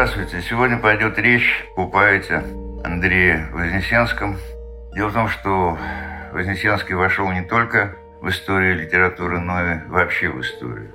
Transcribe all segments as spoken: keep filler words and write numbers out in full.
Здравствуйте. Сегодня пойдет речь о поэте Андрее Вознесенском. Дело в том, что Вознесенский вошел не только в историю литературы, но и вообще в историю.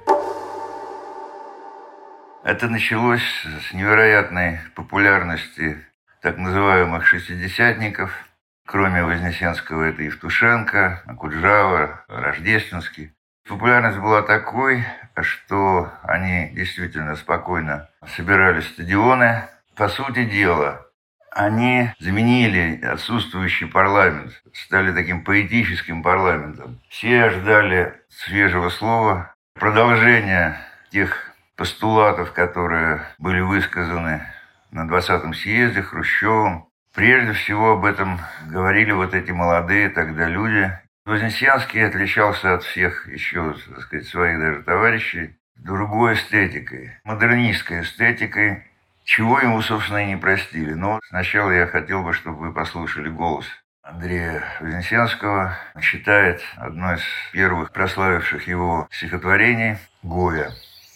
Это началось с невероятной популярности так называемых шестидесятников. Кроме Вознесенского, это Евтушенко, Окуджава, Рождественский. Популярность была такой, что они действительно спокойно собирали стадионы. По сути дела, они заменили отсутствующий парламент, стали таким поэтическим парламентом. Все ждали свежего слова, продолжения тех постулатов, которые были высказаны на двадцатом съезде Хрущевым. Прежде всего об этом говорили вот эти молодые тогда люди. Вознесенский отличался от всех еще, так сказать, своих даже товарищей другой эстетикой, модернистской эстетикой, чего ему, собственно, и не простили. Но сначала я хотел бы, чтобы вы послушали голос Андрея Вознесенского. Он читает одно из первых прославивших его стихотворений «Гоя».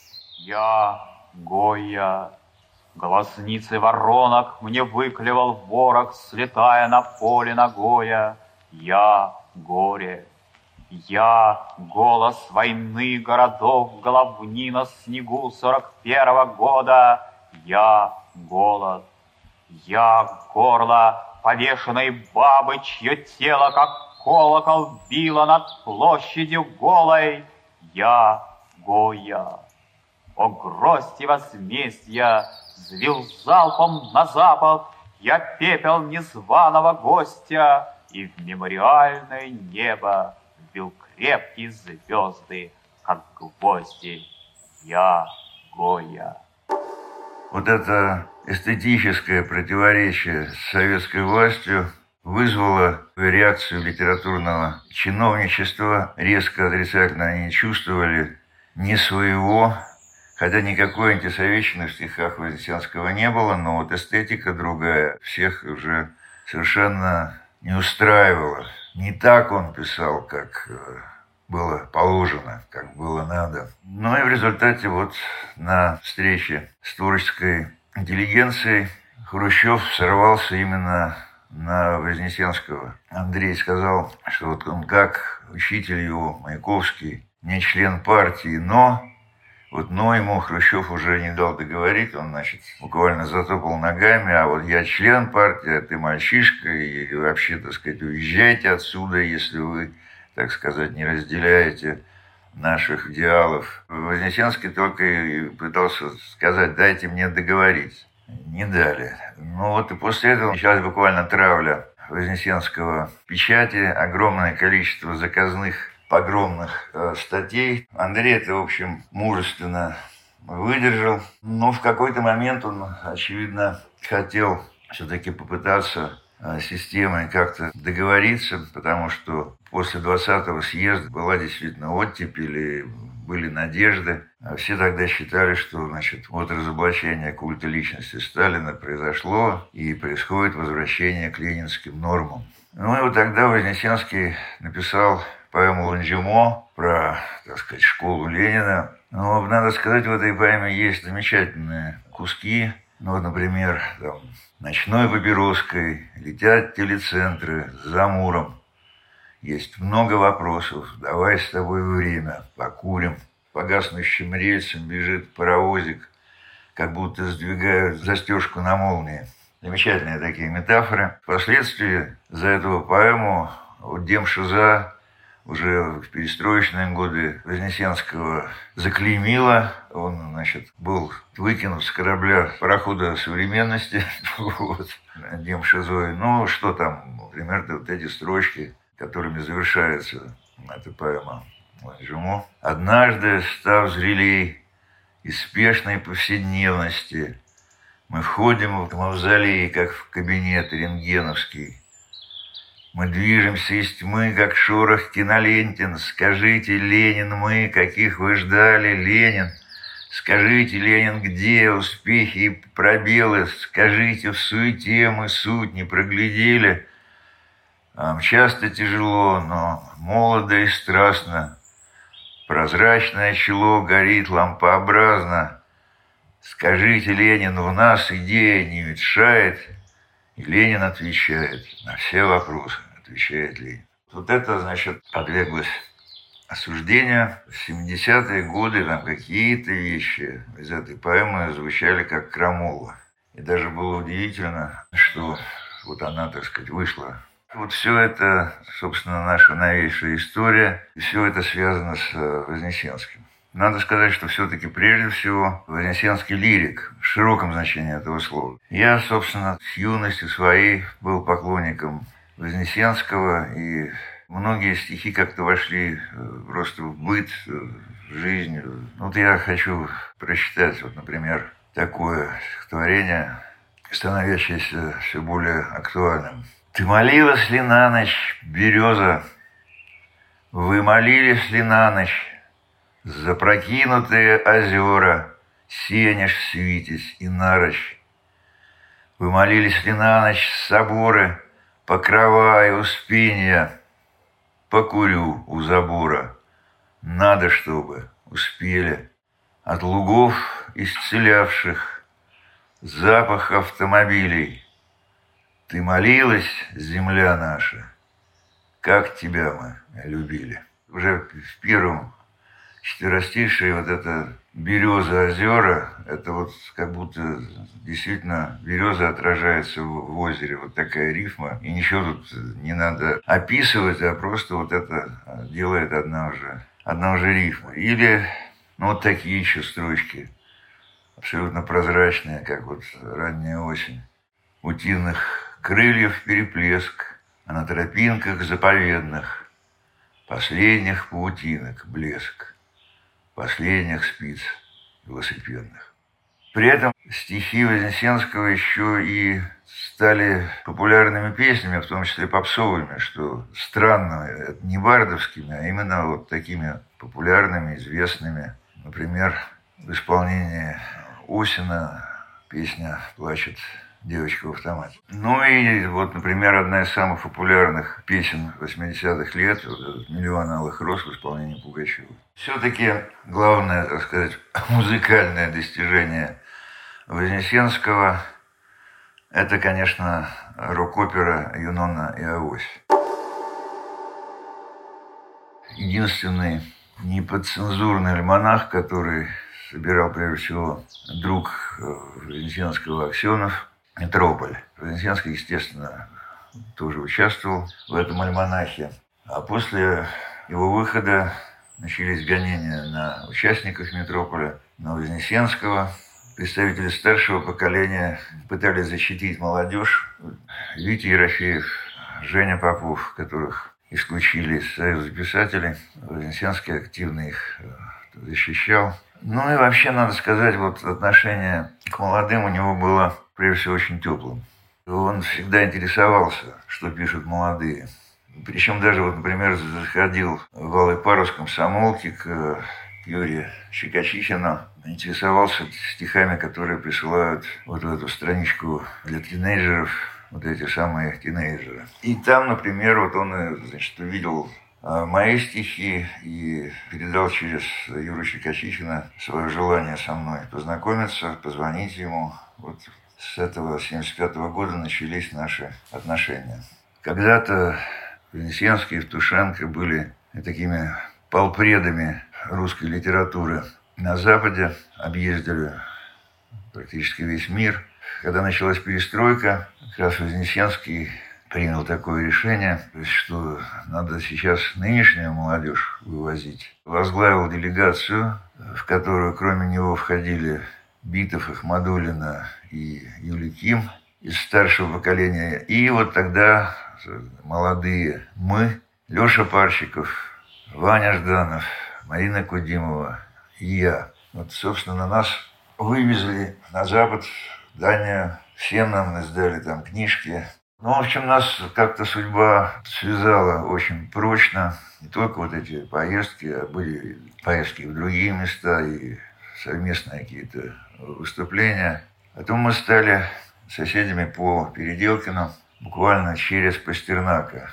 Я, Гоя, глазницы воронок мне выклевал ворог, слетая на поле нагоя. Я, горе, я, голос войны городов, головнина снегу сорок первого года. Я, голод, я, горло повешенной бабы, чье тело, как колокол, било над площадью голой. Я, Гоя, о грозди возмездия, взвил залпом на запад я пепел незваного гостя, и в мемориальное небо вбил крепкие звезды, как гвозди. Я, Гоя. Вот это эстетическое противоречие с советской властью вызвало реакцию литературного чиновничества. Резко отрицательно они чувствовали не своего, хотя никакой антисоветчины в стихах Вознесенского не было, но вот эстетика другая всех уже совершенно не устраивала. Не так он писал, как было положено, как было надо. Ну и в результате вот на встрече с творческой интеллигенцией Хрущев сорвался именно на Вознесенского. Андрей сказал, что вот он как учитель его, Маяковский, не член партии, но... Вот, но ему Хрущев уже не дал договорить, он, значит, буквально затопал ногами, а вот я член партии, а ты мальчишка, и вообще, так сказать, уезжайте отсюда, если вы, так сказать, не разделяете наших идеалов. Вознесенский только и пытался сказать, дайте мне договорить. Не дали. Ну вот и после этого началась буквально травля Вознесенского в печати, огромное количество заказных погромных э, статей. Андрей это, в общем, мужественно выдержал. Но в какой-то момент он, очевидно, хотел все-таки попытаться э, системой как-то договориться, потому что после двадцатого съезда была действительно оттепель, и были надежды. Все тогда считали, что, значит, вот разоблачение культа личности Сталина произошло, и происходит возвращение к ленинским нормам. Ну и вот тогда Вознесенский написал поэму «Ланжемо» про, так сказать, школу Ленина. Но, надо сказать, в этой поэме есть замечательные куски. Ну, вот, например, там, «Ночной папироской летят телецентры за Амуром. Есть много вопросов, давай с тобой время, покурим. По гаснущим рельсам бежит паровозик, как будто сдвигают застежку на молнии». Замечательные такие метафоры. Впоследствии за эту поэму вот Демшиза уже в перестроечные годы Вознесенского заклеймила. Он, значит, был выкинут с корабля парохода современности. Вот, Демшизой. Ну, что там, например, вот эти строчки, которыми завершается эта поэма «Ланжемо». «Однажды, став зрелей из спешной повседневности, мы входим в мавзолей, как в кабинет рентгеновский. Мы движемся из тьмы, как шорох кинолентин. Скажите, Ленин, мы, каких вы ждали, Ленин? Скажите, Ленин, где успехи и пробелы? Скажите, в суете мы суть не проглядели. Нам часто тяжело, но молодо и страстно. Прозрачное чело горит лампообразно. Скажите Ленину, у нас идея не мешает. И Ленин отвечает на все вопросы, отвечает Ленин. Вот это, значит, подверглось осуждению. В семидесятые годы там какие-то вещи из этой поэмы звучали как крамола. И даже было удивительно, что вот она, так сказать, вышла. Вот все это, собственно, наша новейшая история. И все это связано с Вознесенским. Надо сказать, что все-таки прежде всего Вознесенский лирик, в широком значении этого слова. Я, собственно, с юности своей был поклонником Вознесенского, и многие стихи как-то вошли просто в быт, в жизнь. Вот я хочу прочитать, вот, например, такое стихотворение, становящееся все более актуальным. «Ты молилась ли на ночь, береза? Вы молились ли на ночь? Запрокинутые озера, сенеж свитесь и нарочь. Вы молились ли на ночь соборы, покрова и успения? Покурю у забора, надо, чтобы успели. От лугов исцелявших запах автомобилей. Ты молилась, земля наша, как тебя мы любили». Уже в первом четверостишие вот это «береза озера», это вот как будто действительно береза отражается в, в озере. Вот такая рифма. И ничего тут не надо описывать, а просто вот это делает одна уже, одна уже рифма. Или ну, вот такие еще строчки, абсолютно прозрачные, как вот ранняя осень. Утиных крыльев переплеск, а на тропинках заповедных последних паутинок блеск. Последних спиц велосипедных. При этом стихи Вознесенского еще и стали популярными песнями, в том числе попсовыми, что странно, это не бардовскими, а именно вот такими популярными, известными. Например, в исполнении Осина песня «Плачет девочка в автомате». Ну и вот, например, одна из самых популярных песен восьмидесятых лет, вот «Миллион алых роз» в исполнении Пугачева. Все-таки главное, так сказать, музыкальное достижение Вознесенского – это, конечно, рок-опера «Юнона и Авось». Единственный неподцензурный альманах, который собирал, прежде всего, друг Вознесенского Аксенов, «Метрополь». Вознесенский, естественно, тоже участвовал в этом альманахе. А после его выхода начались гонения на участников «Метрополя», на Вознесенского. Представители старшего поколения пытались защитить молодежь. Витя Ерофеев, Женя Попов, которых исключили из Союза писателей. Вознесенский активно их защищал. Ну и вообще, надо сказать, вот отношение к молодым у него было, прежде всего, очень теплым. Он всегда интересовался, что пишут молодые. Причем даже, вот, например, заходил в «Алый парус» комсомолки к Юрию Щекочихину, интересовался стихами, которые присылают вот в эту страничку для тинейджеров, вот эти самые тинейджеры. И там, например, вот он, значит, увидел мои стихи и передал через Юру Щекочихина свое желание со мной познакомиться, позвонить ему. Вот с этого семьдесят пятого года начались наши отношения. Когда-то Вознесенский и Евтушенко были такими полпредами русской литературы на Западе, объездили практически весь мир. Когда началась перестройка, как раз Вознесенский принял такое решение, что надо сейчас нынешнюю молодежь вывозить. Возглавил делегацию, в которую кроме него входили Битов, Ахмадуллина и Юлий Ким из старшего поколения. И вот тогда молодые мы, Леша Парщиков, Ваня Жданов, Марина Кудимова и я. Вот, собственно, нас вывезли на Запад, в Данию. Всем нам издали там книжки. Ну, в общем, нас как-то судьба связала очень прочно. Не только вот эти поездки, а были поездки в другие места и совместные какие-то выступления. Потом мы стали соседями по Переделкину, буквально через Пастернака.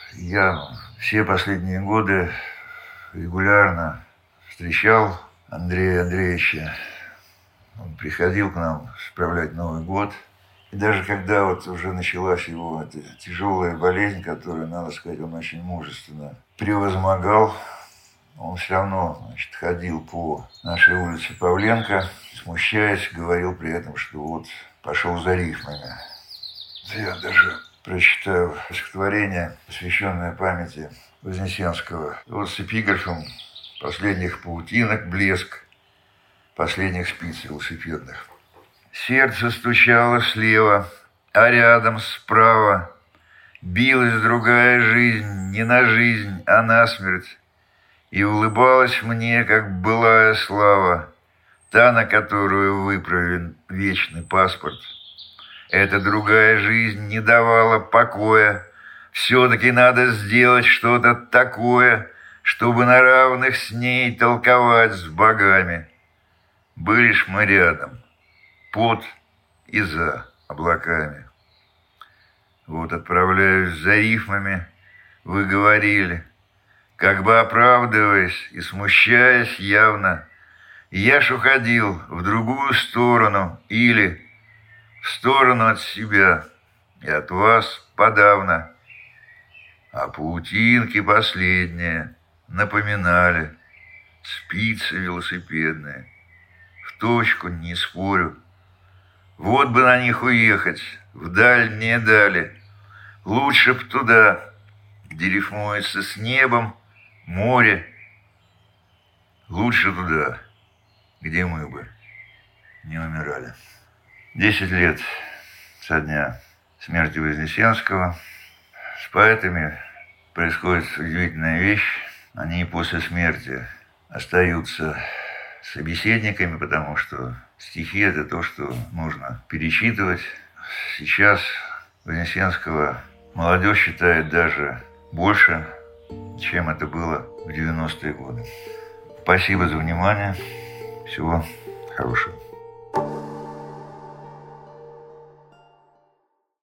Я все последние годы регулярно встречал Андрея Андреевича Он приходил к нам справлять Новый год. И даже когда вот уже началась его эта тяжелая болезнь, которую, надо сказать, он очень мужественно превозмогал, он все равно, значит, ходил по нашей улице Павленко, смущаясь, говорил при этом, что вот пошел за рифмами. Я даже прочитаю стихотворение, посвященное памяти Вознесенского. Вот с эпиграфом «Последних паутинок блеск, последних спиц велосипедных». Сердце стучало слева, а рядом справа билась другая жизнь, не на жизнь, а на смерть. И улыбалась мне, как былая слава, та, на которую выправлен вечный паспорт. Эта другая жизнь не давала покоя. Все-таки надо сделать что-то такое, чтобы на равных с ней толковать с богами. Были ж мы рядом, под и за облаками. Вот отправляюсь за рифмами, вы говорили, как бы оправдываясь и смущаясь явно, я ж уходил в другую сторону или в сторону от себя и от вас подавно. А паутинки последние напоминали спицы велосипедные. В точку, не спорю. Вот бы на них уехать, вдаль не дали. Лучше б туда, где рифмуется с небом море. Лучше туда, где мы бы не умирали. Десять лет со дня смерти Вознесенского. С поэтами происходит удивительная вещь. Они после смерти остаются собеседниками, потому что стихи – это то, что нужно перечитывать. Сейчас Вознесенского молодежь считает даже больше, чем это было в девяностые годы. Спасибо за внимание. Всего хорошего.